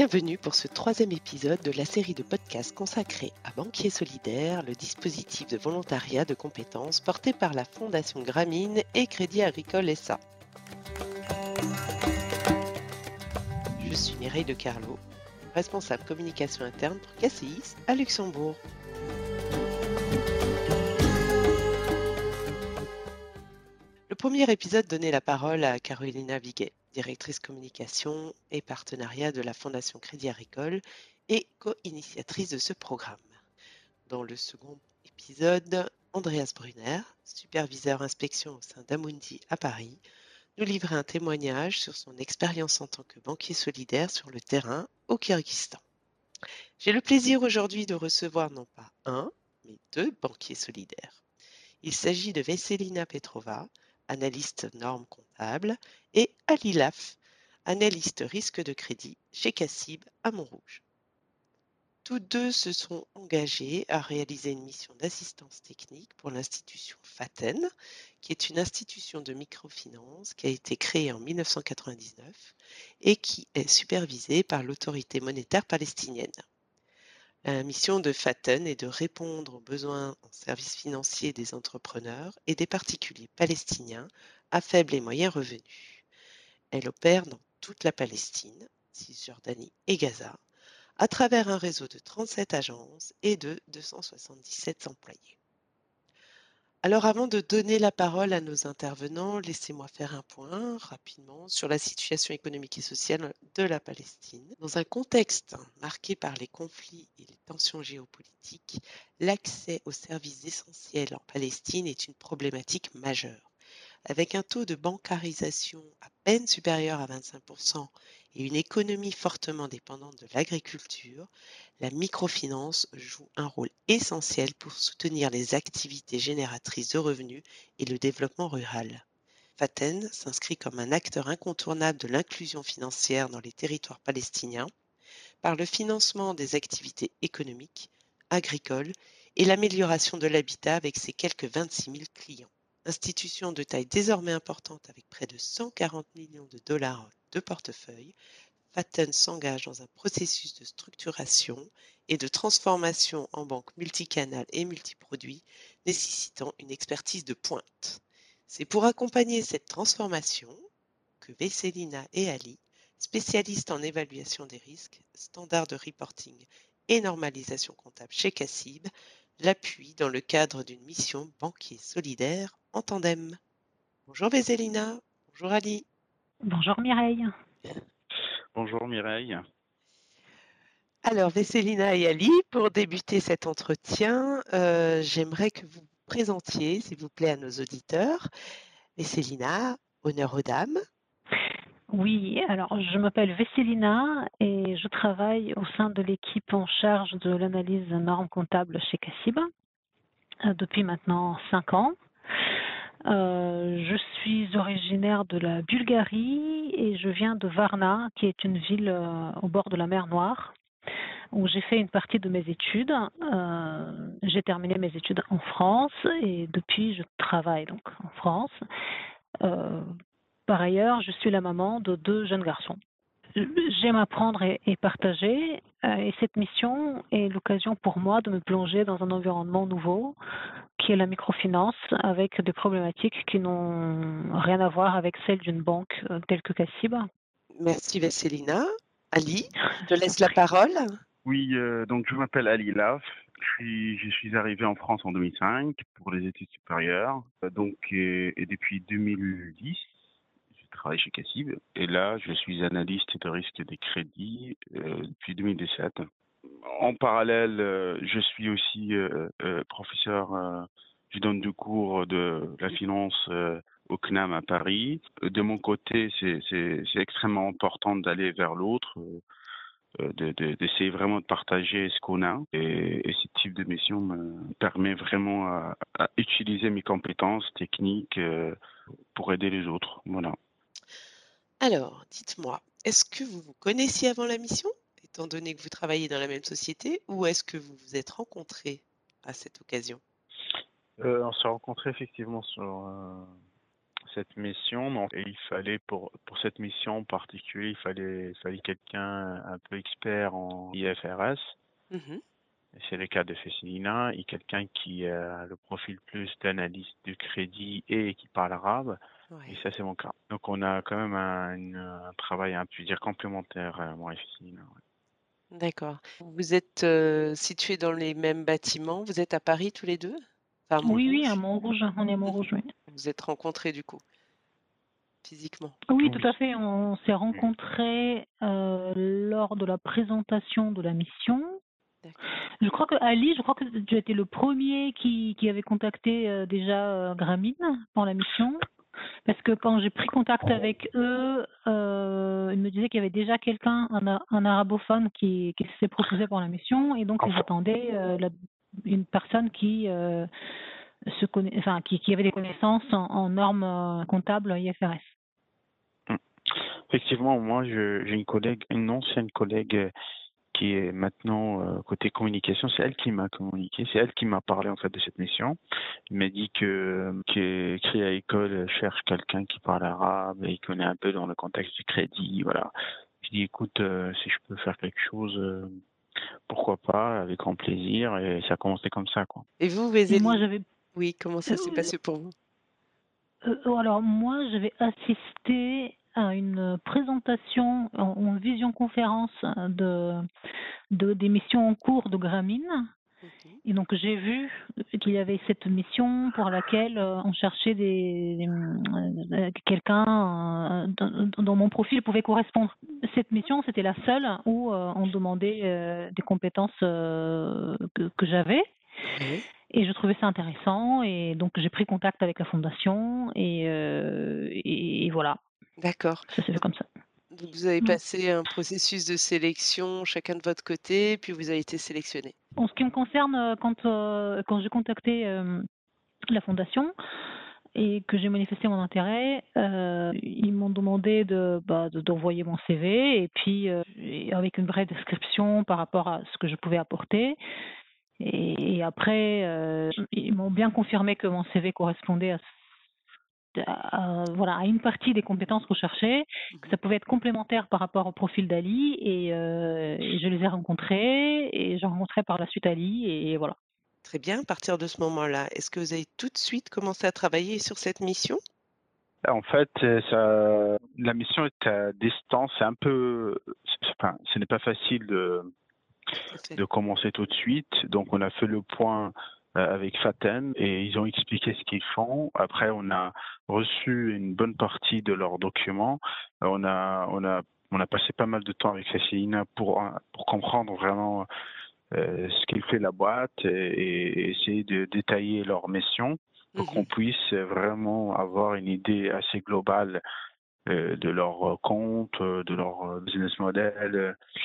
Bienvenue pour ce troisième épisode de la série de podcasts consacrée à Banquier Solidaire, le dispositif de volontariat de compétences porté par la Fondation Grameen et Crédit Agricole SA. Je suis Mireille de Carlo, responsable communication interne pour KCIS à Luxembourg. Le premier épisode donnait la parole à Carolina Viguet, directrice communication et partenariat de la Fondation Crédit Agricole et co-initiatrice de ce programme. Dans le second épisode, Andreas Brunner, superviseur inspection au sein d'Amundi à Paris, nous livrait un témoignage sur son expérience en tant que banquier solidaire sur le terrain au Kyrgyzstan. J'ai le plaisir aujourd'hui de recevoir non pas un, mais deux banquiers solidaires. Il s'agit de Vesselina Petrova, analyste normes comptables, et Ali Laf, analyste risque de crédit chez CACIB à Montrouge. Tous deux se sont engagés à réaliser une mission d'assistance technique pour l'institution FATEN, qui est une institution de microfinance qui a été créée en 1999 et qui est supervisée par l'autorité monétaire palestinienne. La mission de FATEN est de répondre aux besoins en services financiers des entrepreneurs et des particuliers palestiniens à faible et moyen revenu. Elle opère dans toute la Palestine, Cisjordanie et Gaza, à travers un réseau de 37 agences et de 277 employés. Alors avant de donner la parole à nos intervenants, laissez-moi faire un point rapidement sur la situation économique et sociale de la Palestine. Dans un contexte marqué par les conflits et les tensions géopolitiques, l'accès aux services essentiels en Palestine est une problématique majeure. Avec un taux de bancarisation à peine supérieur à 25% et une économie fortement dépendante de l'agriculture, la microfinance joue un rôle essentiel pour soutenir les activités génératrices de revenus et le développement rural. FATEN s'inscrit comme un acteur incontournable de l'inclusion financière dans les territoires palestiniens par le financement des activités économiques, agricoles et l'amélioration de l'habitat avec ses quelques 26 000 clients. Institution de taille désormais importante avec près de 140 millions de dollars de portefeuille, FATEN s'engage dans un processus de structuration et de transformation en banque multicanale et multiproduit, nécessitant une expertise de pointe. C'est pour accompagner cette transformation que Vesselina et Ali, spécialistes en évaluation des risques, standards de reporting et normalisation comptable chez CACIB, l'appuient dans le cadre d'une mission banquier solidaire en tandem. Bonjour Vesselina, bonjour Ali. Bonjour Mireille. Bonjour Mireille. Alors Vesselina et Ali, pour débuter cet entretien, j'aimerais que vous vous présentiez, s'il vous plaît, à nos auditeurs. Vesselina, honneur aux dames. Oui, alors je m'appelle Vesselina et je travaille au sein de l'équipe en charge de l'analyse normes comptables chez CACIB depuis maintenant 5 ans. Je suis originaire de la Bulgarie et je viens de Varna, qui est une ville au bord de la mer Noire, où j'ai fait une partie de mes études. J'ai terminé mes études en France et depuis je travaille donc en France. Par ailleurs, je suis la maman de 2 jeunes garçons. J'aime apprendre et partager, et cette mission est l'occasion pour moi de me plonger dans un environnement nouveau, qui est la microfinance, avec des problématiques qui n'ont rien à voir avec celles d'une banque telle que CACIB. Merci Vesselina. Ali, je te laisse la parole. Oui, donc je m'appelle Ali Laf. Je suis arrivé en France en 2005 pour les études supérieures. Et depuis 2010, je travaille chez CACIB. Et là, je suis analyste de risque des crédits depuis 2017. En parallèle, je suis aussi professeur. Je donne du cours de la finance au CNAM à Paris. De mon côté, c'est extrêmement important d'aller vers l'autre, d'essayer vraiment de partager ce qu'on a. Et ce type de mission me permet vraiment à utiliser mes compétences techniques pour aider les autres. Voilà. Alors, dites-moi, est-ce que vous vous connaissiez avant la mission, étant donné que vous travaillez dans la même société, ou est-ce que vous vous êtes rencontrés à cette occasion? On s'est rencontrés effectivement sur cette mission. Donc, et il fallait pour cette mission en particulier, il fallait quelqu'un un peu expert en IFRS. Mhm. C'est le cas de Fesselina, et quelqu'un qui a le profil plus d'analyste de crédit et qui parle arabe. Et Ouais. ça, c'est mon cas. Donc, on a quand même un travail, un peu dire, complémentaire, moi et Fesselina. Ouais. D'accord. Vous êtes situés dans les mêmes bâtiments. Vous êtes à Paris tous les deux? Enfin, à Oui, oui, à Montrouge. Montrouge, on est à Mhm. Montrouge, oui. Vous vous êtes rencontrés du coup, physiquement. Oui, Oui. tout à fait. On s'est Mm. rencontrés lors de la présentation de la mission. D'accord. Je crois que tu étais le premier qui avait contacté déjà Gramine pour la mission. Parce que quand j'ai pris contact avec eux, ils me disaient qu'il y avait déjà quelqu'un, un arabophone, qui s'est proposé pour la mission. Et donc, ils Enfin, attendaient une personne qui avait des connaissances en normes comptables IFRS. mm. Effectivement, moi, j'ai une collègue, une ancienne collègue qui est maintenant côté communication. C'est elle qui m'a communiqué, c'est elle qui m'a parlé en fait de cette mission. Il m'a dit que Crédit Agricole cherche quelqu'un qui parle arabe et qui connaît un peu dans le contexte du crédit. Voilà. Je dis écoute, si je peux faire quelque chose, pourquoi pas, avec grand plaisir. Et ça a commencé comme ça, quoi. Et vous, Et moi, Vézélie? j'avais Oui, comment ça s'est euh, passé pour vous? alors moi, j'avais assisté à une présentation en visioconférence des missions en cours de Gramine. Mhm. Et donc j'ai vu qu'il y avait cette mission pour laquelle on cherchait quelqu'un dont mon profil pouvait correspondre. Cette mission, c'était la seule où on demandait des compétences que j'avais. Oui, Et je trouvais ça intéressant. Et donc j'ai pris contact avec la fondation et voilà, d'accord. ça s'est fait Donc, comme ça. donc vous avez Mm. passé un processus de sélection chacun de votre côté, puis vous avez été sélectionné. En ce qui me concerne, quand j'ai contacté la fondation et que j'ai manifesté mon intérêt, ils m'ont demandé d'envoyer mon CV et puis et avec une vraie description par rapport à ce que je pouvais apporter. Et après, ils m'ont bien confirmé que mon CV correspondait voilà, à une partie des compétences recherchées, que Mhm. ça pouvait être complémentaire par rapport au profil d'Ali. Et je les ai rencontrés et j'ai rencontré par la suite Ali et voilà. Très bien, à partir de ce moment-là, est-ce que vous avez tout de suite commencé à travailler sur cette mission? En fait, la mission est à distance. C'est un peu, enfin, ce n'est pas facile Tout à fait. de commencer tout de suite. Donc, on a fait le point avec Faten et ils ont expliqué ce qu'ils font. Après, on a reçu une bonne partie de leurs documents. On a passé pas mal de temps avec Céciline pour comprendre vraiment ce qu'il fait la boîte et essayer de détailler leur mission pour qu'on Mhm. puisse vraiment avoir une idée assez globale de leur compte, de leur business model.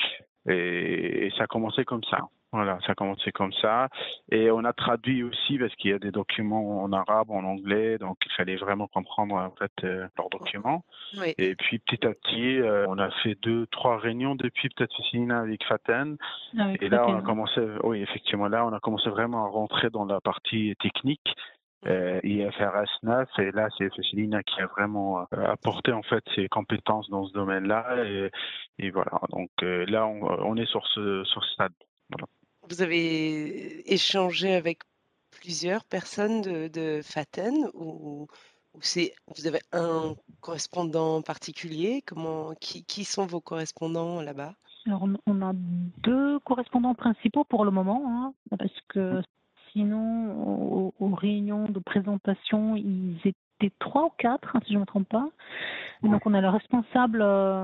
Et ça a commencé comme ça. Voilà, ça a commencé comme ça. Et on a traduit aussi parce qu'il y a des documents en arabe, en anglais, donc il fallait vraiment comprendre en fait leurs documents. Oui, Et puis petit à petit, on a fait 2, 3 réunions depuis peut-être Céciline avec Faten. Avec Et là, on a Faten. commencé, oui, effectivement, là, on a commencé vraiment à rentrer dans la partie technique, mhm. IFRS 9, et là, c'est Céline qui a vraiment apporté, en fait, ses compétences dans ce domaine-là, et voilà. Donc là, on est sur ce stade. Voilà. Vous avez échangé avec plusieurs personnes de Faten ou c'est vous avez un correspondant particulier? Qui sont vos correspondants là-bas? Alors, on a deux correspondants principaux pour le moment, hein, parce que sinon, aux réunions de présentation, ils étaient trois ou quatre, hein, si je ne me trompe pas. Et donc, on a le responsable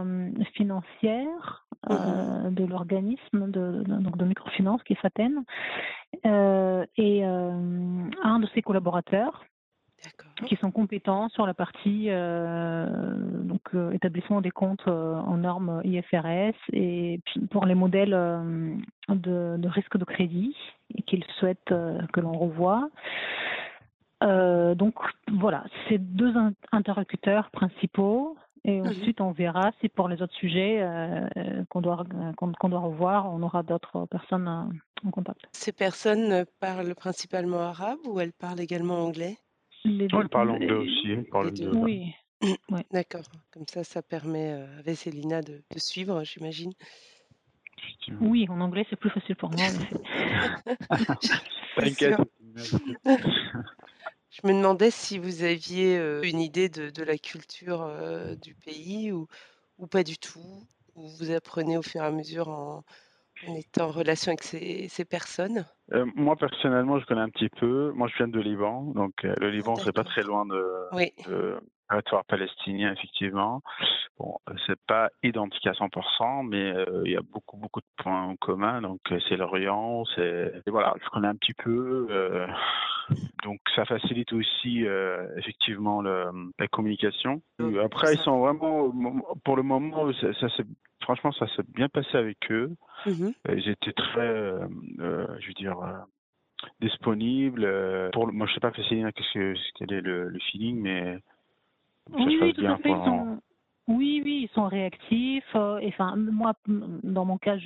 financière Mhm. de l'organisme donc de microfinance, qui est Faten, et un de ses collaborateurs D'accord. qui sont compétents sur la partie établissement des comptes en normes IFRS et puis pour les modèles de risque de crédit et qu'ils souhaitent que l'on revoie. Donc voilà, c'est deux interlocuteurs principaux. Et Mhm. ensuite, on verra si pour les autres sujets qu'on doit revoir, on aura d'autres personnes en contact. Ces personnes parlent principalement arabe ou elles parlent également anglais? Les Oui, deux. il parle anglais aussi, il parle Les les 2. 2. Oui, oui. D'accord, comme ça permet, avec Célina de suivre, j'imagine? Effectivement. Oui, en anglais, c'est plus facile pour moi, en effet. C'est T'inquiète, sûr. je t'écoute. Je me demandais si vous aviez, une idée de la culture, du pays ou pas du tout? Ou vous apprenez au fur et à mesure en étant en relation avec ces personnes? Moi, personnellement, je connais un petit peu. Moi, je viens de Liban, donc le Ah Liban, c'est pas très d'accord. loin Oui. de territoire palestinien, effectivement. Bon, c'est pas identique à 100%, mais il y a beaucoup, beaucoup de points en commun. Donc, c'est l'Orient, et voilà, je connais un petit peu. Donc, ça facilite aussi, effectivement, la communication. Plus Après, ils simple. sont vraiment, pour le moment, franchement, ça s'est bien passé avec eux. Mmh. Ils étaient très, je veux dire, disponibles. Moi, je sais pas, Céline, quel est le feeling, mais ça Oui, se oui, passe tout à bien fait. pendant. Oui, oui, ils sont réactifs. Et enfin, moi, dans mon cas,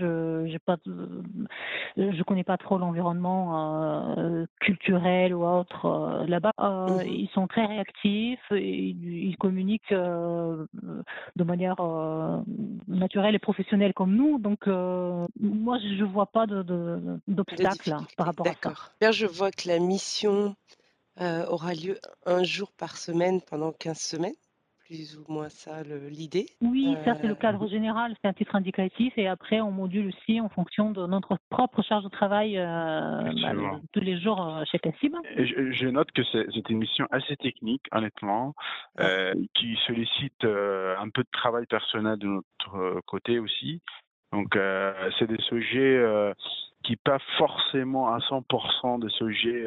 je connais pas trop l'environnement culturel ou autre là-bas. Mmh. Ils sont très réactifs. Et ils communiquent de manière naturelle et professionnelle comme nous. Donc, moi, je vois pas De d'obstacle par difficulté, rapport à ça. d'accord. Là, je vois que la mission, aura lieu un jour par semaine pendant 15 semaines, plus ou moins ça l'idée. Oui, ça c'est le Mhm. cadre général, c'est un titre indicatif et après on module aussi en fonction de notre propre charge de travail Effectivement. de tous les jours chez Cassib. Et je note que c'est une mission assez technique, honnêtement, Ah, qui sollicite un peu de travail personnel de notre côté aussi. Donc, c'est des sujets qui pas forcément à 100% des sujets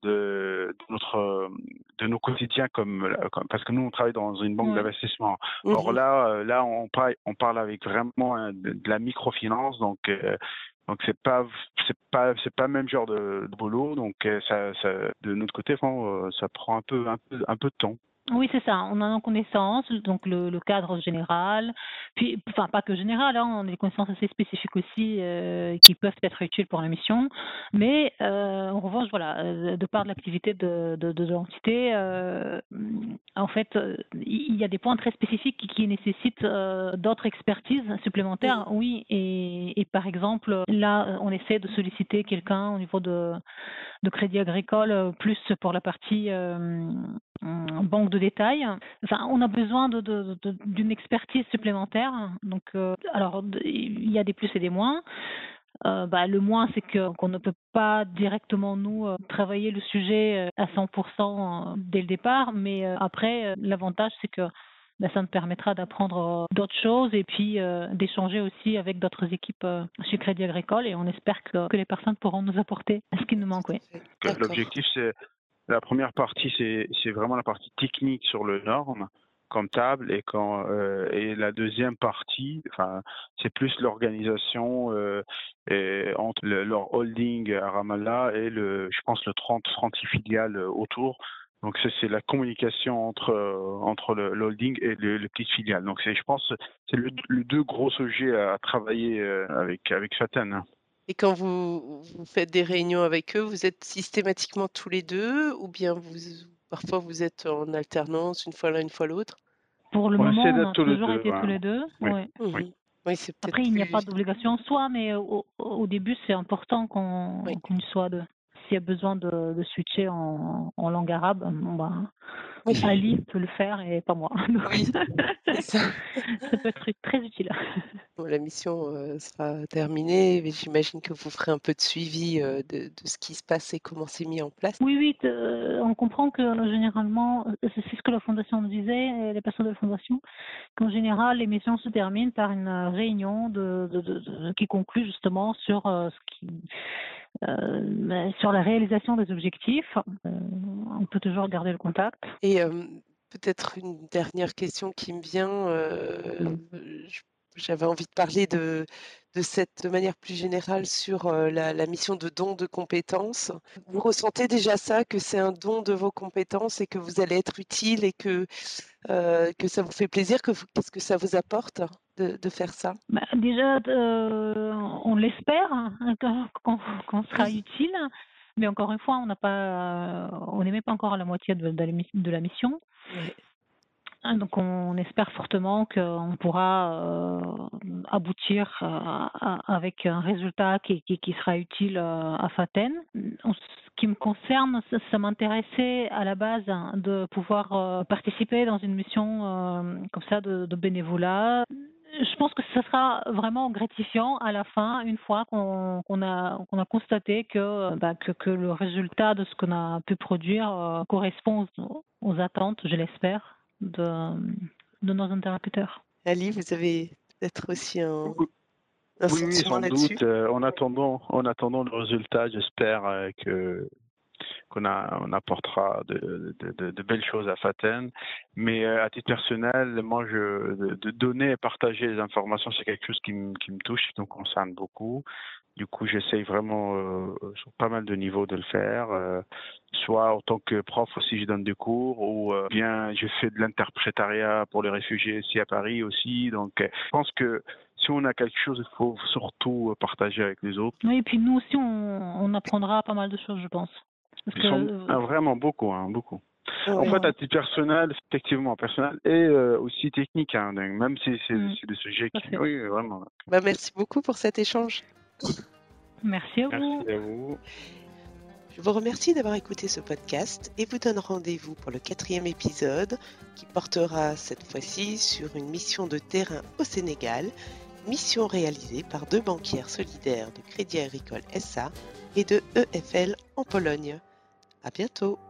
de nos quotidiens parce que nous on travaille dans une banque Oui. d'investissement. Or mmh. là on parle avec vraiment de la microfinance, donc c'est pas le même genre de boulot, donc ça de notre côté, vraiment, ça prend un peu de temps. Oui, c'est ça. On en a connaissance, donc le cadre général, puis, enfin, pas que général, hein, on a des connaissances assez spécifiques aussi qui peuvent être utiles pour la mission. Mais en revanche, voilà, de par de l'activité de l'entité, en fait, il y a des points très spécifiques qui nécessitent d'autres expertises supplémentaires, Mmh. oui. Et par exemple, là, on essaie de solliciter quelqu'un au niveau de Crédit Agricole, plus pour la partie banque de détail. Enfin, on a besoin d'une expertise supplémentaire. Donc, alors, il y a des plus et des moins. Le moins, c'est qu'on ne peut pas directement, nous, travailler le sujet à 100% dès le départ. Mais après, l'avantage, c'est que ça me permettra d'apprendre d'autres choses et puis d'échanger aussi avec d'autres équipes chez Crédit Agricole. Et on espère que les personnes pourront nous apporter ce qui nous manque, Tout oui. à fait. D'accord. L'objectif, c'est la première partie, c'est vraiment la partie technique sur le norme comptable, et la deuxième partie, enfin, c'est plus l'organisation et entre leur holding à Ramallah et je pense le 30 filiales autour. Donc c'est la communication entre le holding et le petit filiale. Donc je pense c'est le deux gros sujets à travailler avec Faten. Et quand vous faites des réunions avec eux, vous êtes systématiquement tous les 2 ou bien parfois vous êtes en alternance, une fois l'un, une fois l'autre? Pour le On essaie moment, on d'être a tous les toujours deux. été tous Ouais. les deux. Oui, Ouais. oui. Mmh. Oui, c'est peut-être Après, il n'y a pas plus d'obligation en soi, mais au début, c'est important oui. qu'on y soit deux. S'il y a besoin de switcher en langue arabe, bon, Oui, Ali peut le faire et pas moi. Donc, oui, c'est ça. ça peut être très utile. Bon, la mission, sera terminée, mais j'imagine que vous ferez un peu de suivi, de ce qui se passe et comment c'est mis en place. Oui, oui, on comprend que généralement, c'est ce que la fondation nous disait, les personnes de la fondation, qu'en général, les missions se terminent par une réunion qui conclut justement sur sur la réalisation des objectifs. On peut toujours garder le contact. Et peut-être une dernière question qui me vient, j j'avais envie de parler de cette manière plus générale sur, la mission de don de compétences. Vous ressentez déjà ça, que c'est un don de vos compétences et que vous allez être utile et que ça vous fait plaisir? Qu'est-ce que ça vous apporte de faire ça? Déjà, on l'espère, hein, qu'on sera utile. Mais encore une fois, on n'est même pas encore à la moitié de la mission. Ouais. Donc on espère fortement qu'on pourra aboutir avec un résultat qui sera utile à Faten. En ce qui me concerne, ça m'intéressait à la base de pouvoir participer dans une mission comme ça de bénévolat. Je pense que ce sera vraiment gratifiant à la fin, une fois qu'on a constaté que le résultat de ce qu'on a pu produire correspond aux attentes, je l'espère, de nos interlocuteurs. Ali, vous avez peut-être aussi un Oui, sentiment sans là-dessus? doute. En attendant le résultat, j'espère qu'on apportera de belles choses à Faten. Mais à titre personnel, moi, de donner et partager les informations, c'est quelque chose qui me touche, qui me concerne beaucoup. Du coup, j'essaye vraiment sur pas mal de niveaux de le faire. Soit en tant que prof aussi, je donne des cours, ou bien je fais de l'interprétariat pour les réfugiés ici à Paris aussi. Donc, je pense que si on a quelque chose, il faut surtout partager avec les autres. Oui, et puis nous aussi, on apprendra pas mal de choses, je pense. Parce Vraiment beaucoup, beaucoup. Ouais. En fait, à titre personnel, effectivement, personnel et aussi technique, hein, même si c'est des sujets qui... Oui, vraiment. Merci beaucoup pour cet échange. Merci à vous. Merci à vous. Je vous remercie d'avoir écouté ce podcast et vous donne rendez-vous pour le 4e épisode qui portera cette fois-ci sur une mission de terrain au Sénégal, mission réalisée par 2 banquières solidaires de Crédit Agricole SA et de EFL en Pologne. À bientôt.